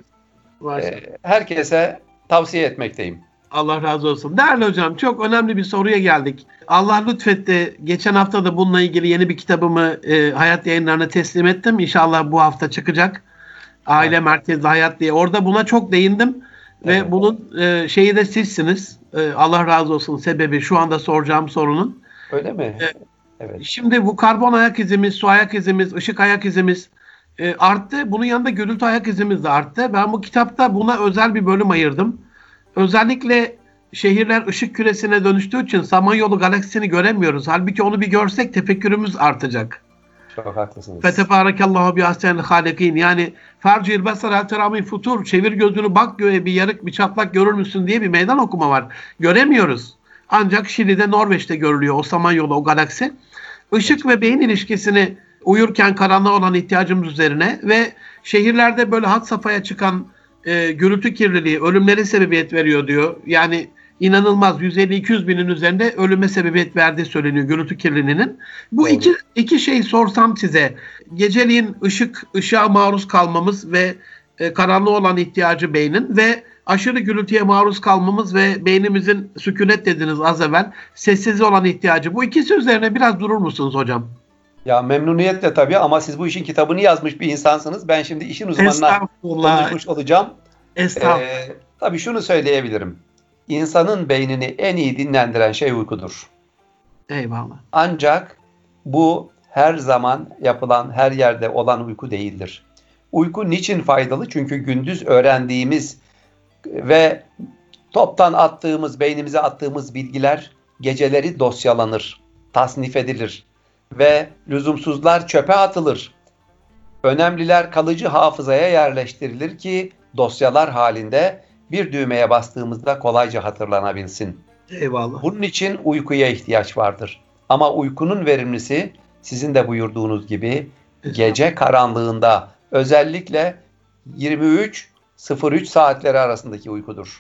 Herkese tavsiye etmekteyim. Allah razı olsun. Değerli hocam, çok önemli bir soruya geldik. Allah lütfetti. Geçen hafta da bununla ilgili yeni bir kitabımı Hayat Yayınları'na teslim ettim. İnşallah bu hafta çıkacak. Aile Merkezli Hayat diye. Orada buna çok değindim. Ve bunun şeyi de sizsiniz. Allah razı olsun, sebebi şu anda soracağım sorunun. Öyle mi? Evet. Şimdi bu karbon ayak izimiz, su ayak izimiz, ışık ayak izimiz arttı. Bunun yanında gürültü ayak izimiz de arttı. Ben bu kitapta buna özel bir bölüm ayırdım. Özellikle şehirler ışık küresine dönüştüğü için Samanyolu galaksisini göremiyoruz. Halbuki onu bir görsek tefekkürümüz artacak. Çok haklısınız. Fetefârekallahu bi ahsenil hâlikîn. Yani fercil besar alterâmin futur. Çevir gözünü bak göğe, bir yarık bir çatlak görür müsün diye bir meydan okuma var. Göremiyoruz. Ancak Şili'de, Norveç'te görülüyor o Samanyolu, o galaksi. Işık ve beyin ilişkisini uyurken karanlığa olan ihtiyacımız üzerine ve şehirlerde böyle had safhaya çıkan gürültü kirliliği ölümlere sebebiyet veriyor diyor. Yani inanılmaz 150-200 binin üzerinde ölüme sebebiyet verdiği söyleniyor gürültü kirliliğinin. Bu iki şey sorsam size. Geceliğin ışığa maruz kalmamız ve karanlığa olan ihtiyacı beynin ve aşırı gürültüye maruz kalmamız ve beynimizin sükunet dediniz az evvel, sessiz olan ihtiyacı. Bu ikisi üzerine biraz durur musunuz hocam? Ya memnuniyetle tabii ama siz bu işin kitabını yazmış bir insansınız. Ben şimdi işin uzmanına Estağfurullah. konuşmuş olacağım. Estağfurullah. Tabii şunu söyleyebilirim. İnsanın beynini en iyi dinlendiren şey uykudur. Eyvallah. Ancak bu her zaman yapılan, her yerde olan uyku değildir. Uyku niçin faydalı? Çünkü gündüz öğrendiğimiz ve toptan attığımız, beynimize attığımız bilgiler geceleri dosyalanır, tasnif edilir ve lüzumsuzlar çöpe atılır. Önemliler kalıcı hafızaya yerleştirilir ki dosyalar halinde bir düğmeye bastığımızda kolayca hatırlanabilsin. Eyvallah. Bunun için uykuya ihtiyaç vardır. Ama uykunun verimlisi sizin de buyurduğunuz gibi gece karanlığında özellikle 23:03 saatleri arasındaki uykudur.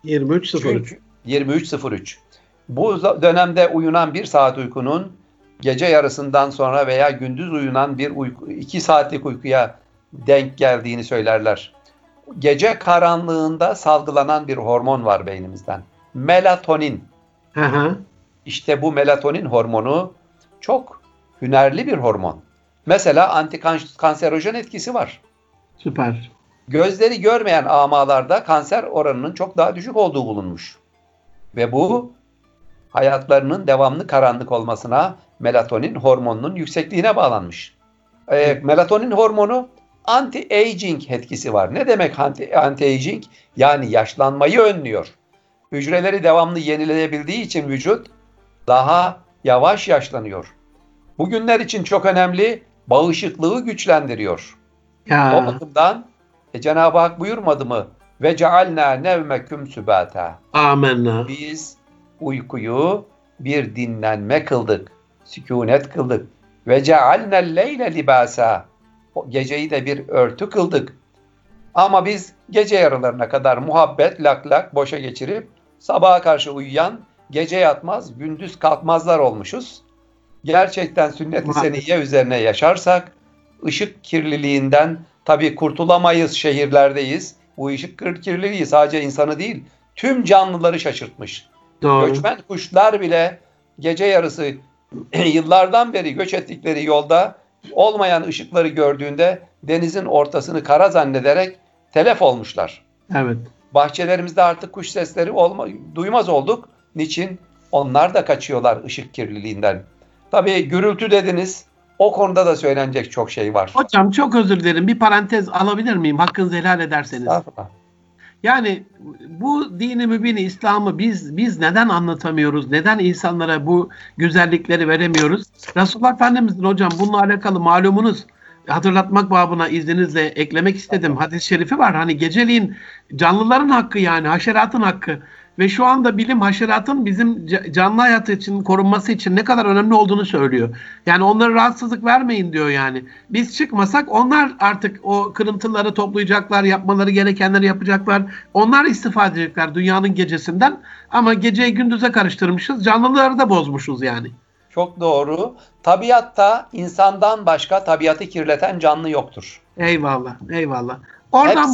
23.03. 23:03. Bu dönemde uyunan 1 saat uykunun gece yarısından sonra veya gündüz uyunan bir 2 saatlik uykuya denk geldiğini söylerler. Gece karanlığında salgılanan bir hormon var beynimizden. Melatonin. Hı hı. İşte bu melatonin hormonu çok hünerli bir hormon. Mesela antikanserojen etkisi var. Süper. Gözleri görmeyen amalarda kanser oranının çok daha düşük olduğu bulunmuş. Ve bu hayatlarının devamlı karanlık olmasına melatonin hormonunun yüksekliğine bağlanmış. Melatonin hormonu anti-aging etkisi var. Ne demek anti-aging? Yani yaşlanmayı önlüyor. Hücreleri devamlı yenileyebildiği için vücut daha yavaş yaşlanıyor. Bugünler için çok önemli, bağışıklığı güçlendiriyor. O Ya. bakımdan Cenab-ı Hak buyurmadı mı? Ve cealna nevmeküm sübata. Amenna. Biz uykuyu bir dinlenme kıldık, sükunet kıldık. Ve cealnel leyle libasa. Geceyi de bir örtü kıldık. Ama biz gece yarılarına kadar muhabbet, lak lak boşa geçirip sabaha karşı uyuyan, gece yatmaz, gündüz kalkmazlar olmuşuz. Gerçekten sünnet-i seniyye üzerine yaşarsak, ışık kirliliğinden tabii kurtulamayız, şehirlerdeyiz. Bu ışık kirliliği sadece insanı değil, tüm canlıları şaşırtmış. Doğru. Göçmen kuşlar bile gece yarısı yıllardan beri göç ettikleri yolda olmayan ışıkları gördüğünde denizin ortasını kara zannederek telef olmuşlar. Evet. Bahçelerimizde artık kuş sesleri duymaz olduk. Niçin? Onlar da kaçıyorlar ışık kirliliğinden. Tabii gürültü dediniz. O konuda da söylenecek çok şey var. Hocam çok özür dilerim. Bir parantez alabilir miyim? Hakkınızı helal ederseniz. Yani bu dini mübini, İslam'ı biz neden anlatamıyoruz? Neden insanlara bu güzellikleri veremiyoruz? Resulullah Efendimiz'in hocam bununla alakalı malumunuz, hatırlatmak babına izninizle eklemek istedim. Hadis-i şerifi var. Hani geceliğin canlıların hakkı, yani haşeratın hakkı. Ve şu anda bilim haşeratın bizim canlı hayatı için, korunması için ne kadar önemli olduğunu söylüyor. Yani onlara rahatsızlık vermeyin diyor yani. Biz çıkmasak onlar artık o kırıntıları toplayacaklar, yapmaları gerekenleri yapacaklar. Onlar istifade edecekler dünyanın gecesinden. Ama geceyi gündüze karıştırmışız, canlıları da bozmuşuz yani. Çok doğru. Tabiatta insandan başka tabiatı kirleten canlı yoktur. Eyvallah, eyvallah. Oradan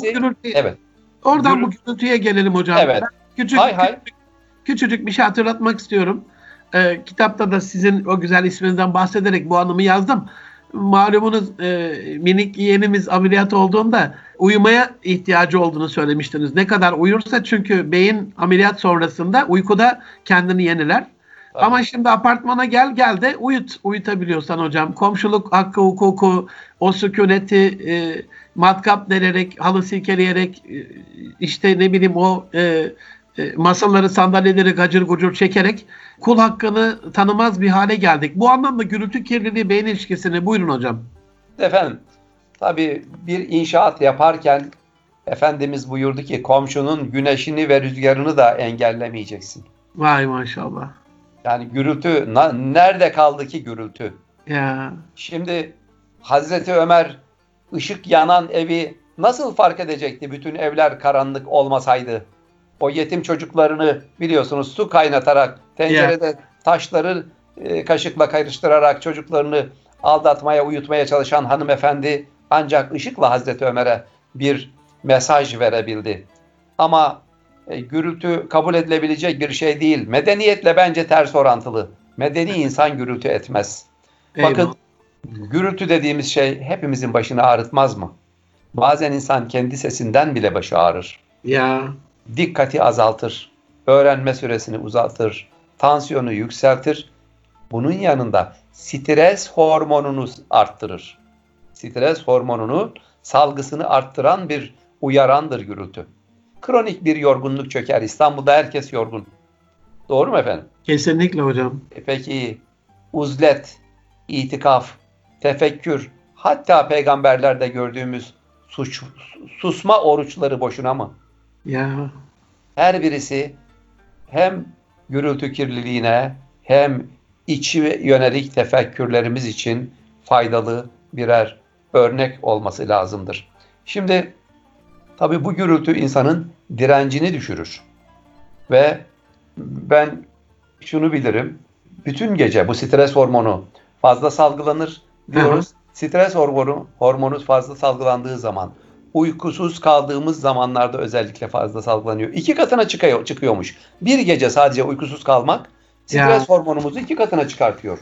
bu gürültüye gelelim hocam. Evet. Küçücük bir şey hatırlatmak istiyorum. Kitapta da sizin o güzel isminizden bahsederek bu anımı yazdım. Malumunuz minik yeğenimiz ameliyat olduğunda uyumaya ihtiyacı olduğunu söylemiştiniz. Ne kadar uyursa, çünkü beyin ameliyat sonrasında uykuda kendini yeniler. Tabii. Ama şimdi apartmana gel de uyutabiliyorsan hocam. Komşuluk hakkı, hukuku, o sükuneti matkap delerek, halı silkeleyerek, işte ne bileyim o masaları, sandalyeleri gacır gucur çekerek kul hakkını tanımaz bir hale geldik. Bu anlamda gürültü kirliliği beyin ilişkisini buyurun hocam. Efendim, tabii bir inşaat yaparken Efendimiz buyurdu ki komşunun güneşini ve rüzgarını da engellemeyeceksin. Vay maşallah. Yani gürültü, nerede kaldı ki gürültü? Ya. Şimdi Hazreti Ömer ışık yanan evi nasıl fark edecekti bütün evler karanlık olmasaydı? O yetim çocuklarını biliyorsunuz su kaynatarak, tencerede taşları kaşıkla karıştırarak çocuklarını aldatmaya, uyutmaya çalışan hanımefendi ancak ışıkla Hazreti Ömer'e bir mesaj verebildi. Ama gürültü kabul edilebilecek bir şey değil. Medeniyetle bence ters orantılı. Medeni insan gürültü etmez. Eyvallah. Bakın Gürültü dediğimiz şey hepimizin başını ağrıtmaz mı? Bazen insan kendi sesinden bile başı ağrır. Ya. Dikkati azaltır, öğrenme süresini uzatır, tansiyonu yükseltir. Bunun yanında stres hormonunu arttırır. Stres hormonunu salgısını arttıran bir uyarandır gürültü. Kronik bir yorgunluk çöker. İstanbul'da herkes yorgun. Doğru mu efendim? Kesinlikle hocam. Peki uzlet, itikaf, tefekkür, hatta peygamberlerde gördüğümüz susma oruçları boşuna mı? Ya. Her birisi hem gürültü kirliliğine hem içi yönelik tefekkürlerimiz için faydalı birer örnek olması lazımdır. Şimdi tabii bu gürültü insanın direncini düşürür. Ve ben şunu bilirim. Bütün gece bu stres hormonu fazla salgılanır diyoruz. Stres hormonu fazla salgılandığı zaman, uykusuz kaldığımız zamanlarda özellikle fazla salgılanıyor. 2 katına çıkıyormuş. Bir gece sadece uykusuz kalmak stres hormonumuzu 2 katına çıkartıyor.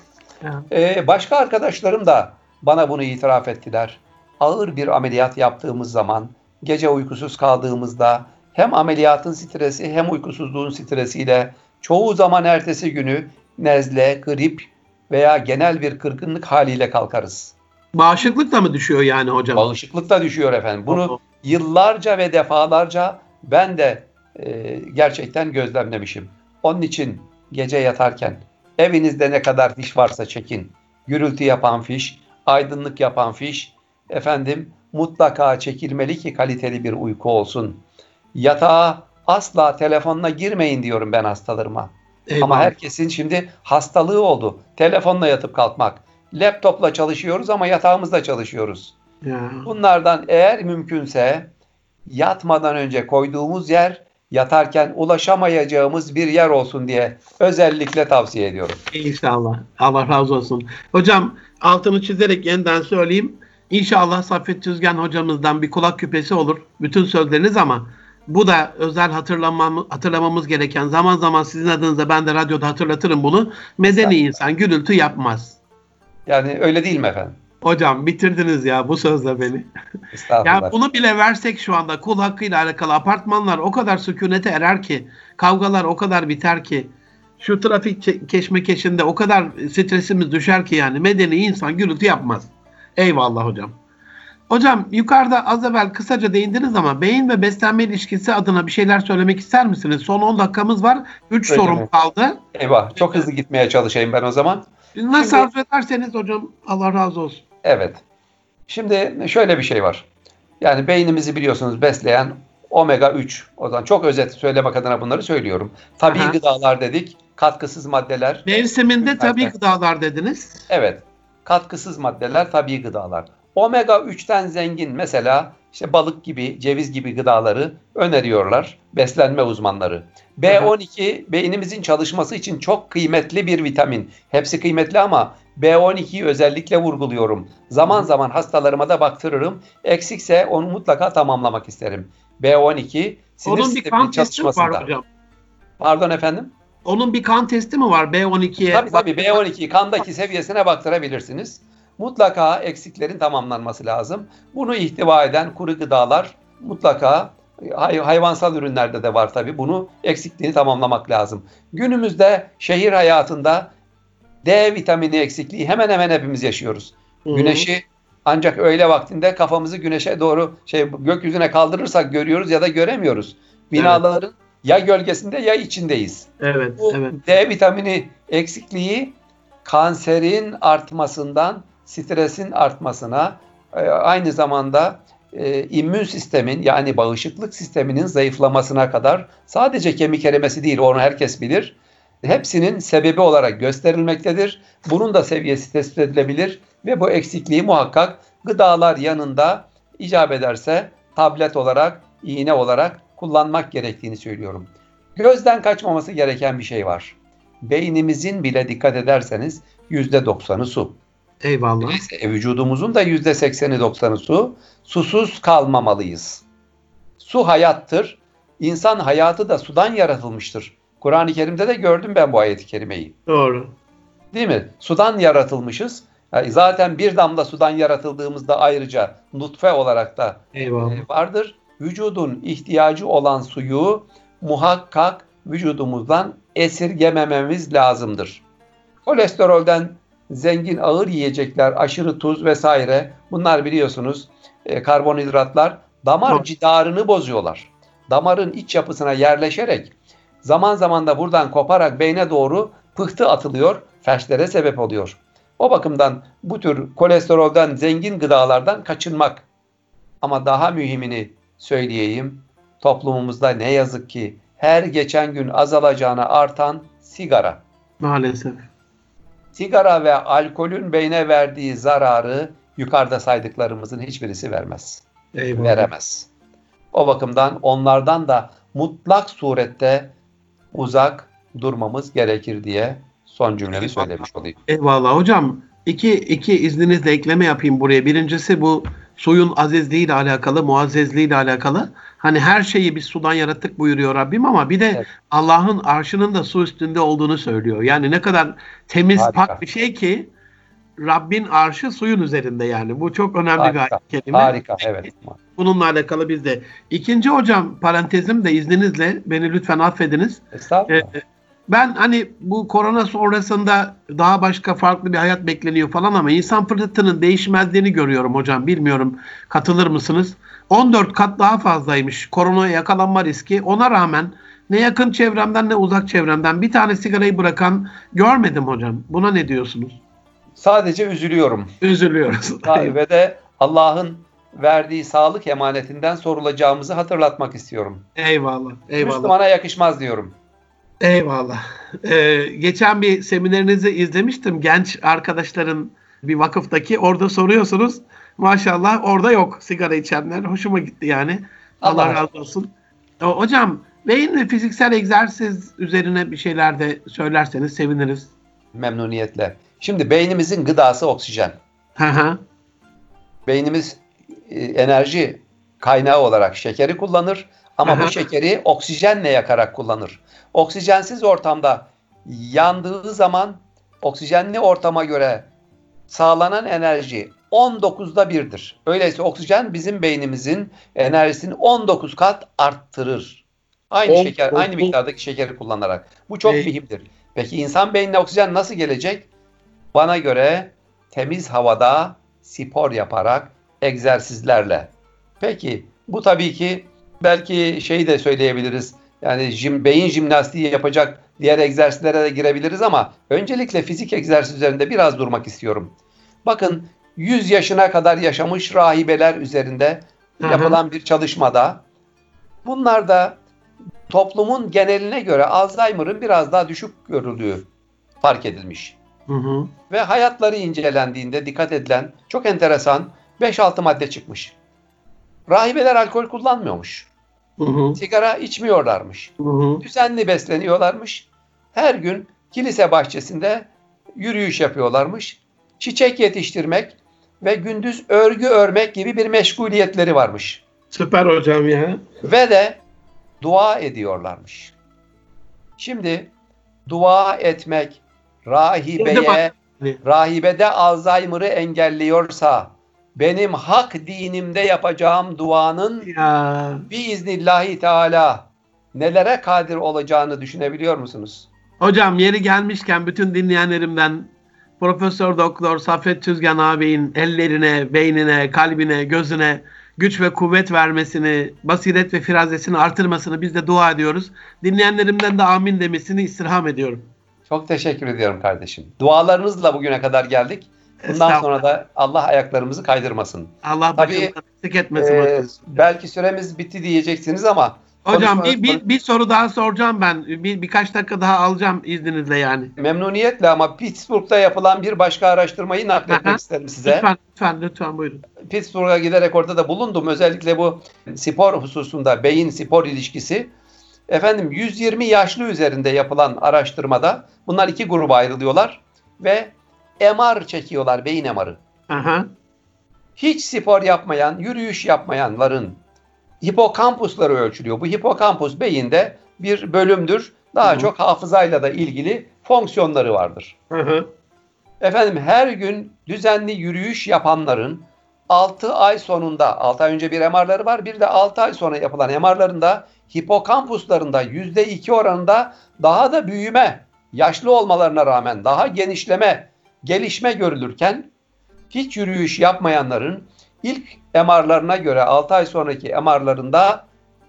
Başka arkadaşlarım da bana bunu itiraf ettiler. Ağır bir ameliyat yaptığımız zaman, gece uykusuz kaldığımızda hem ameliyatın stresi hem uykusuzluğun stresiyle çoğu zaman ertesi günü nezle, grip veya genel bir kırgınlık haliyle kalkarız. Bağışıklık da mı düşüyor yani hocam? Bağışıklık da düşüyor efendim. Bunu yıllarca ve defalarca ben de gerçekten gözlemlemişim. Onun için gece yatarken evinizde ne kadar fiş varsa çekin. Gürültü yapan fiş, aydınlık yapan fiş, mutlaka çekilmeli ki kaliteli bir uyku olsun. Yatağa asla telefonla girmeyin diyorum ben hastalarıma. Eyvallah. Ama herkesin şimdi hastalığı oldu. Telefonla yatıp kalkmak. Laptopla çalışıyoruz ama yatağımızda çalışıyoruz. Ya. Bunlardan eğer mümkünse yatmadan önce koyduğumuz yer yatarken ulaşamayacağımız bir yer olsun diye özellikle tavsiye ediyorum. İnşallah. Allah razı olsun. Hocam altını çizerek yeniden söyleyeyim. İnşallah Saffet Tüzgen hocamızdan bir kulak küpesi olur. Bütün sözleriniz ama bu da özel hatırlamamız gereken, zaman zaman sizin adınıza ben de radyoda hatırlatırım bunu. Medeni insan gürültü yapmaz. Yani öyle değil mi efendim? Hocam bitirdiniz ya bu sözle beni. Ya bunu bile versek şu anda kul hakkıyla alakalı apartmanlar o kadar sükunete erer ki, kavgalar o kadar biter ki, şu trafik keşmekeşinde o kadar stresimiz düşer ki yani medeni insan gürültü yapmaz. Eyvallah hocam. Hocam yukarıda az evvel kısaca değindiniz ama beyin ve beslenme ilişkisi adına bir şeyler söylemek ister misiniz? Son 10 dakikamız var. 3 sorum kaldı. Eyvah, çok hızlı gitmeye çalışayım ben o zaman. Nasıl arzu ederseniz hocam, Allah razı olsun. Evet. Şimdi şöyle bir şey var. Yani beynimizi biliyorsunuz besleyen omega 3. O zaman çok özet söylemek adına bunları söylüyorum. Tabii gıdalar dedik, katkısız maddeler. Mevsiminde tabii gıdalar dediniz. Evet. Katkısız maddeler, tabii gıdalar. Omega 3'ten zengin mesela işte balık gibi, ceviz gibi gıdaları öneriyorlar beslenme uzmanları. B12 beynimizin çalışması için çok kıymetli bir vitamin. Hepsi kıymetli ama B12'yi özellikle vurguluyorum. Zaman zaman hastalarıma da baktırırım. Eksikse onu mutlaka tamamlamak isterim. B12 sinir sisteminin çalışmasında. Var hocam. Pardon efendim? Onun bir kan testi mi var B12'ye? Tabii B12 kandaki seviyesine baktırabilirsiniz. Mutlaka eksiklerin tamamlanması lazım. Bunu ihtiva eden kuru gıdalar mutlaka hayvansal ürünlerde de var tabii. Bunu eksikliğini tamamlamak lazım. Günümüzde şehir hayatında D vitamini eksikliği hemen hemen hepimiz yaşıyoruz. Güneşi ancak öğle vaktinde kafamızı güneşe doğru gökyüzüne kaldırırsak görüyoruz ya da göremiyoruz. Binaların ya gölgesinde ya içindeyiz. Evet, Bu D vitamini eksikliği kanserin artmasından stresin artmasına, aynı zamanda immün sistemin yani bağışıklık sisteminin zayıflamasına kadar sadece kemik erimesi değil, onu herkes bilir. Hepsinin sebebi olarak gösterilmektedir. Bunun da seviyesi tespit edilebilir ve bu eksikliği muhakkak gıdalar yanında icap ederse tablet olarak, iğne olarak kullanmak gerektiğini söylüyorum. Gözden kaçmaması gereken bir şey var. Beynimizin bile dikkat ederseniz %90'ı su. Eyvallah. Vücudumuzun da %80'i 90'ı su. Susuz kalmamalıyız. Su hayattır. İnsan hayatı da sudan yaratılmıştır. Kur'an-ı Kerim'de de gördüm ben bu ayet-i kerimeyi. Doğru. Değil mi? Sudan yaratılmışız. Yani zaten bir damla sudan yaratıldığımızda ayrıca nutfe olarak da vardır. Vücudun ihtiyacı olan suyu muhakkak vücudumuzdan esirgemememiz lazımdır. Kolesterolden zengin ağır yiyecekler, aşırı tuz vesaire, bunlar biliyorsunuz karbonhidratlar damar cidarını bozuyorlar. Damarın iç yapısına yerleşerek zaman zaman da buradan koparak beyne doğru pıhtı atılıyor, felçlere sebep oluyor. O bakımdan bu tür kolesterolden zengin gıdalardan kaçınmak. Ama daha mühimini söyleyeyim. Toplumumuzda ne yazık ki her geçen gün azalacağına artan sigara. Maalesef. Sigara ve alkolün beyne verdiği zararı yukarıda saydıklarımızın hiçbirisi vermez. Eyvallah. Veremez. O bakımdan onlardan da mutlak surette uzak durmamız gerekir diye son cümlemi söylemiş olayım. Eyvallah hocam. İki izninizle ekleme yapayım buraya. Birincisi bu suyun azizliği ile alakalı, muazzezliği ile alakalı. Hani her şeyi biz sudan yarattık buyuruyor Rabbim ama bir de Allah'ın arşının da su üstünde olduğunu söylüyor. Yani ne kadar temiz, pak bir şey ki Rabbin arşı suyun üzerinde yani. Bu çok önemli bir ayet kelime. Harika, evet. Bununla alakalı biz de. İkinci hocam parantezim de izninizle beni lütfen affediniz. Estağfurullah. Ben hani bu korona sonrasında daha başka farklı bir hayat bekleniyor falan ama insan fıtratının değişmezliğini görüyorum hocam. Bilmiyorum katılır mısınız? 14 kat daha fazlaymış koronaya yakalanma riski. Ona rağmen ne yakın çevremden ne uzak çevremden bir tane sigarayı bırakan görmedim hocam. Buna ne diyorsunuz? Sadece üzülüyorum. Üzülüyoruz. Ve de Allah'ın verdiği sağlık emanetinden sorulacağımızı hatırlatmak istiyorum. Eyvallah. Eyvallah. Müslümana yakışmaz diyorum. Eyvallah. Geçen bir seminerinizi izlemiştim. Genç arkadaşların bir vakıftaki. Orada soruyorsunuz. Maşallah orada yok sigara içenler. Hoşuma gitti yani. Allah razı olsun. Hocam beyin ve fiziksel egzersiz üzerine bir şeyler de söylerseniz seviniriz. Memnuniyetle. Şimdi beynimizin gıdası oksijen. Beynimiz enerji kaynağı olarak şekeri kullanır. Ama bu şekeri oksijenle yakarak kullanır. Oksijensiz ortamda yandığı zaman oksijenli ortama göre sağlanan enerji 19'da 1'dir. Öyleyse oksijen bizim beynimizin enerjisini 19 kat arttırır. Aynı miktardaki şekeri kullanarak. Bu çok mühimdir. Peki insan beynine oksijen nasıl gelecek? Bana göre temiz havada spor yaparak, egzersizlerle. Peki bu tabii ki belki şeyi de söyleyebiliriz. Yani beyin jimnastiği yapacak diğer egzersizlere de girebiliriz ama öncelikle fizik egzersiz üzerinde biraz durmak istiyorum. Bakın 100 yaşına kadar yaşamış rahibeler üzerinde yapılan bir çalışmada bunlarda toplumun geneline göre Alzheimer'ın biraz daha düşük görüldüğü fark edilmiş. Ve hayatları incelendiğinde dikkat edilen çok enteresan 5-6 madde çıkmış. Rahibeler alkol kullanmıyormuş. Sigara içmiyorlarmış. Düzenli besleniyorlarmış. Her gün kilise bahçesinde yürüyüş yapıyorlarmış. Çiçek yetiştirmek ve gündüz örgü örmek gibi bir meşguliyetleri varmış. Süper hocam ya. Ve de dua ediyorlarmış. Şimdi dua etmek rahibede Alzheimer'ı engelliyorsa benim hak dinimde yapacağım duanın biiznillahü teala nelere kadir olacağını düşünebiliyor musunuz? Hocam yeri gelmişken bütün dinleyenlerimden Profesör Doktor Saffet Tüzgen ağabeyin ellerine, beynine, kalbine, gözüne güç ve kuvvet vermesini, basiret ve firazetini artırmasını biz de dua ediyoruz. Dinleyenlerimden de amin demesini istirham ediyorum. Çok teşekkür ediyorum kardeşim. Dualarınızla bugüne kadar geldik. Bundan sonra da Allah ayaklarımızı kaydırmasın. Allah başımızdan eksik etmesin. Belki süremiz bitti diyeceksiniz ama hocam bir soru daha soracağım ben. Birkaç dakika daha alacağım izninizle yani. Memnuniyetle ama Pittsburgh'da yapılan bir başka araştırmayı nakletmek isterim size. Lütfen buyurun. Pittsburgh'a giderek orada da bulundum. Özellikle bu spor hususunda beyin spor ilişkisi. 120 yaşlı üzerinde yapılan araştırmada bunlar iki gruba ayrılıyorlar ve MR çekiyorlar, beyin MR'ı. Hiç spor yapmayan, yürüyüş yapmayanların hipokampusları ölçülüyor. Bu hipokampus beyinde bir bölümdür. Daha çok hafızayla da ilgili fonksiyonları vardır. Efendim her gün düzenli yürüyüş yapanların 6 ay sonunda, 6 ay önce bir MR'ları var, bir de 6 ay sonra yapılan MR'larında hipokampuslarında %2 oranında daha da büyüme, yaşlı olmalarına rağmen daha genişleme, gelişme görülürken hiç yürüyüş yapmayanların ilk MR'larına göre 6 ay sonraki MR'larında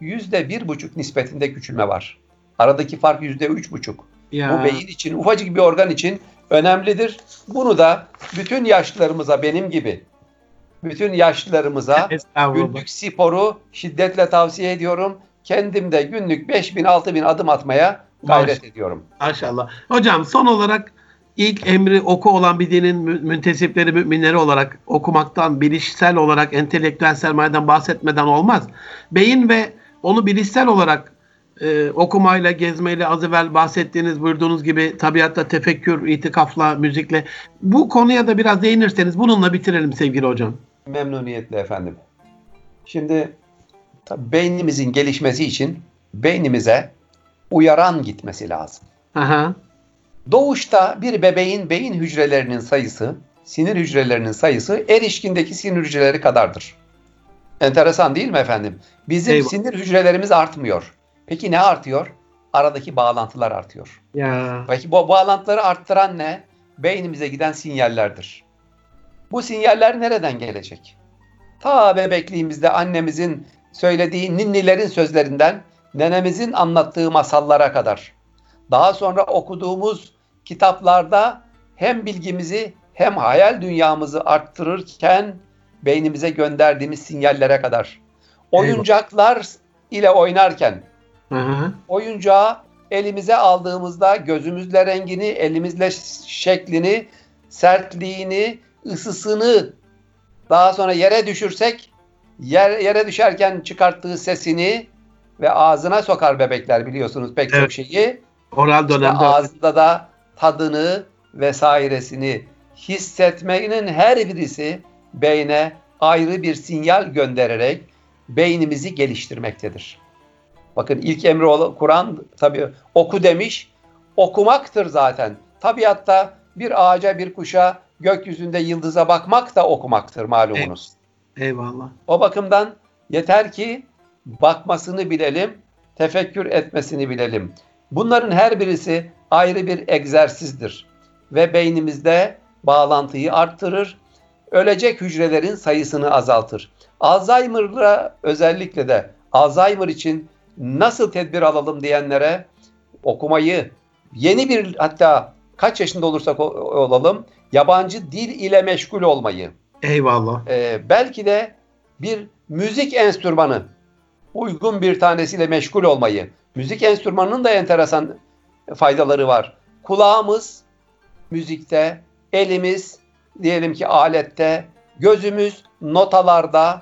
%1,5 nispetinde küçülme var. Aradaki fark %3,5. Bu beyin için, ufacık bir organ için önemlidir. Bunu da bütün yaşlılarımıza, benim gibi bütün yaşlılarımıza günlük sporu şiddetle tavsiye ediyorum. Kendim de günlük 5.000 6.000 adım atmaya gayret ediyorum. Maşallah. Hocam son olarak ilk emri oku olan bir dinin müntesipleri, müminleri olarak okumaktan, bilişsel olarak, entelektüel sermayeden bahsetmeden olmaz. Beyin ve onu bilişsel olarak okumayla, gezmeyle, az evvel bahsettiğiniz, buyurduğunuz gibi tabiatta tefekkür, itikafla, müzikle. Bu konuya da biraz değinirseniz bununla bitirelim sevgili hocam. Memnuniyetle efendim. Şimdi tabii beynimizin gelişmesi için beynimize uyaran gitmesi lazım. Aha. Doğuşta bir bebeğin beyin hücrelerinin sayısı, sinir hücrelerinin sayısı erişkindeki sinir hücreleri kadardır. Enteresan değil mi efendim? Bizim sinir hücrelerimiz artmıyor. Peki ne artıyor? Aradaki bağlantılar artıyor. Ya. Peki bu bağlantıları arttıran ne? Beynimize giden sinyallerdir. Bu sinyaller nereden gelecek? Ta bebekliğimizde annemizin söylediği ninnilerin sözlerinden, nenemizin anlattığı masallara kadar. Daha sonra okuduğumuz kitaplarda hem bilgimizi hem hayal dünyamızı arttırırken beynimize gönderdiğimiz sinyallere kadar. Oyuncaklar ile oynarken, oyuncağı elimize aldığımızda gözümüzle rengini, elimizle şeklini, sertliğini, ısısını, daha sonra yere düşürsek, yere düşerken çıkarttığı sesini ve ağzına sokar bebekler, biliyorsunuz pek çok şeyi. Oral dönemde. İşte ağzında da tadını vesairesini hissetmenin her birisi beyne ayrı bir sinyal göndererek beynimizi geliştirmektedir. Bakın ilk emri Kur'an tabii oku demiş. Okumaktır zaten. Tabiatta bir ağaca, bir kuşa, gökyüzünde yıldıza bakmak da okumaktır malumunuz. Eyvallah. O bakımdan yeter ki bakmasını bilelim, tefekkür etmesini bilelim. Bunların her birisi ayrı bir egzersizdir ve beynimizde bağlantıyı arttırır, ölecek hücrelerin sayısını azaltır. Alzheimer'la özellikle de Alzheimer için nasıl tedbir alalım diyenlere okumayı, yeni bir, hatta kaç yaşında olursak olalım, yabancı dil ile meşgul olmayı. Eyvallah. Belki de bir müzik enstrümanı, uygun bir tanesiyle meşgul olmayı. Müzik enstrümanının da enteresan faydaları var. Kulağımız müzikte, elimiz diyelim ki alette, gözümüz notalarda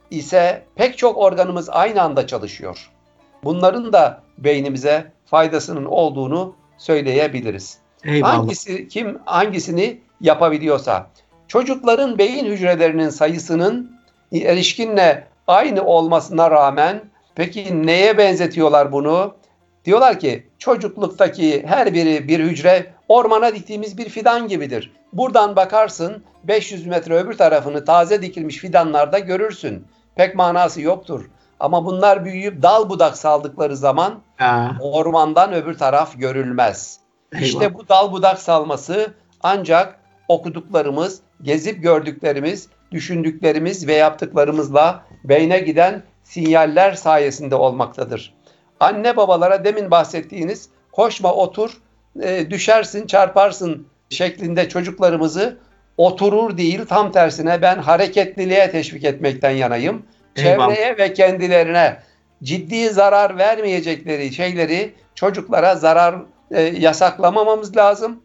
ise pek çok organımız aynı anda çalışıyor. Bunların da beynimize faydasının olduğunu söyleyebiliriz. Eyvallah. Kim hangisini yapabiliyorsa. Çocukların beyin hücrelerinin sayısının erişkinle aynı olmasına rağmen peki neye benzetiyorlar bunu? Diyorlar ki çocukluktaki her biri bir hücre ormana diktiğimiz bir fidan gibidir. Buradan bakarsın 500 metre öbür tarafını taze dikilmiş fidanlarda görürsün. Pek manası yoktur. Ama bunlar büyüyüp dal budak saldıkları zaman ormandan öbür taraf görülmez. Eyvallah. İşte bu dal budak salması ancak okuduklarımız, gezip gördüklerimiz, düşündüklerimiz ve yaptıklarımızla beyne giden sinyaller sayesinde olmaktadır. Anne babalara demin bahsettiğiniz koşma otur, düşersin çarparsın şeklinde çocuklarımızı oturur değil, tam tersine ben hareketliliğe teşvik etmekten yanayım. Eyvallah. Çevreye ve kendilerine ciddi zarar vermeyecekleri şeyleri çocuklara zarar yasaklamamamız lazım.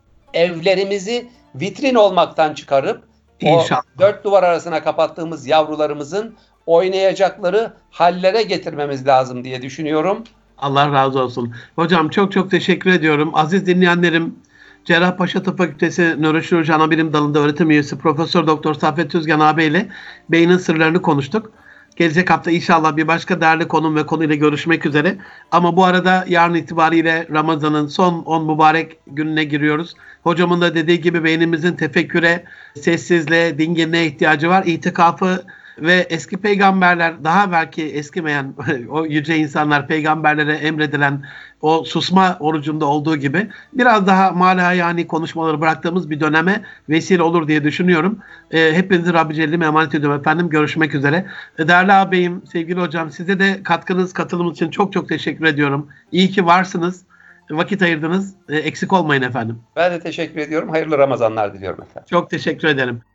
Evlerimizi vitrin olmaktan çıkarıp İnşallah. o dört duvar arasına kapattığımız yavrularımızın oynayacakları hallere getirmemiz lazım diye düşünüyorum. Allah razı olsun. Hocam çok çok teşekkür ediyorum. Aziz dinleyenlerim, Cerrahpaşa Tıp Fakültesi Nöroşirurji Anabilim Dalı'nda öğretim üyesi Profesör Doktor Saffet Tüzgen ağabey ile beynin sırlarını konuştuk. Gelecek hafta inşallah bir başka değerli konum ve konuyla görüşmek üzere. Ama bu arada yarın itibariyle Ramazan'ın son 10 mübarek gününe giriyoruz. Hocamın da dediği gibi beynimizin tefekküre, sessizliğe, dinginliğe ihtiyacı var. İtikafı ve eski peygamberler, daha belki eskimeyen o yüce insanlar, peygamberlere emredilen o susma orucunda olduğu gibi biraz daha yani konuşmaları bıraktığımız bir döneme vesile olur diye düşünüyorum. Hepinizi Rabbi Celle'ime emanet ediyorum efendim. Görüşmek üzere. Değerli ağabeyim, sevgili hocam, size de katılımınız için çok çok teşekkür ediyorum. İyi ki varsınız. Vakit ayırdınız. Eksik olmayın efendim. Ben de teşekkür ediyorum. Hayırlı Ramazanlar diliyorum efendim. Çok teşekkür ederim.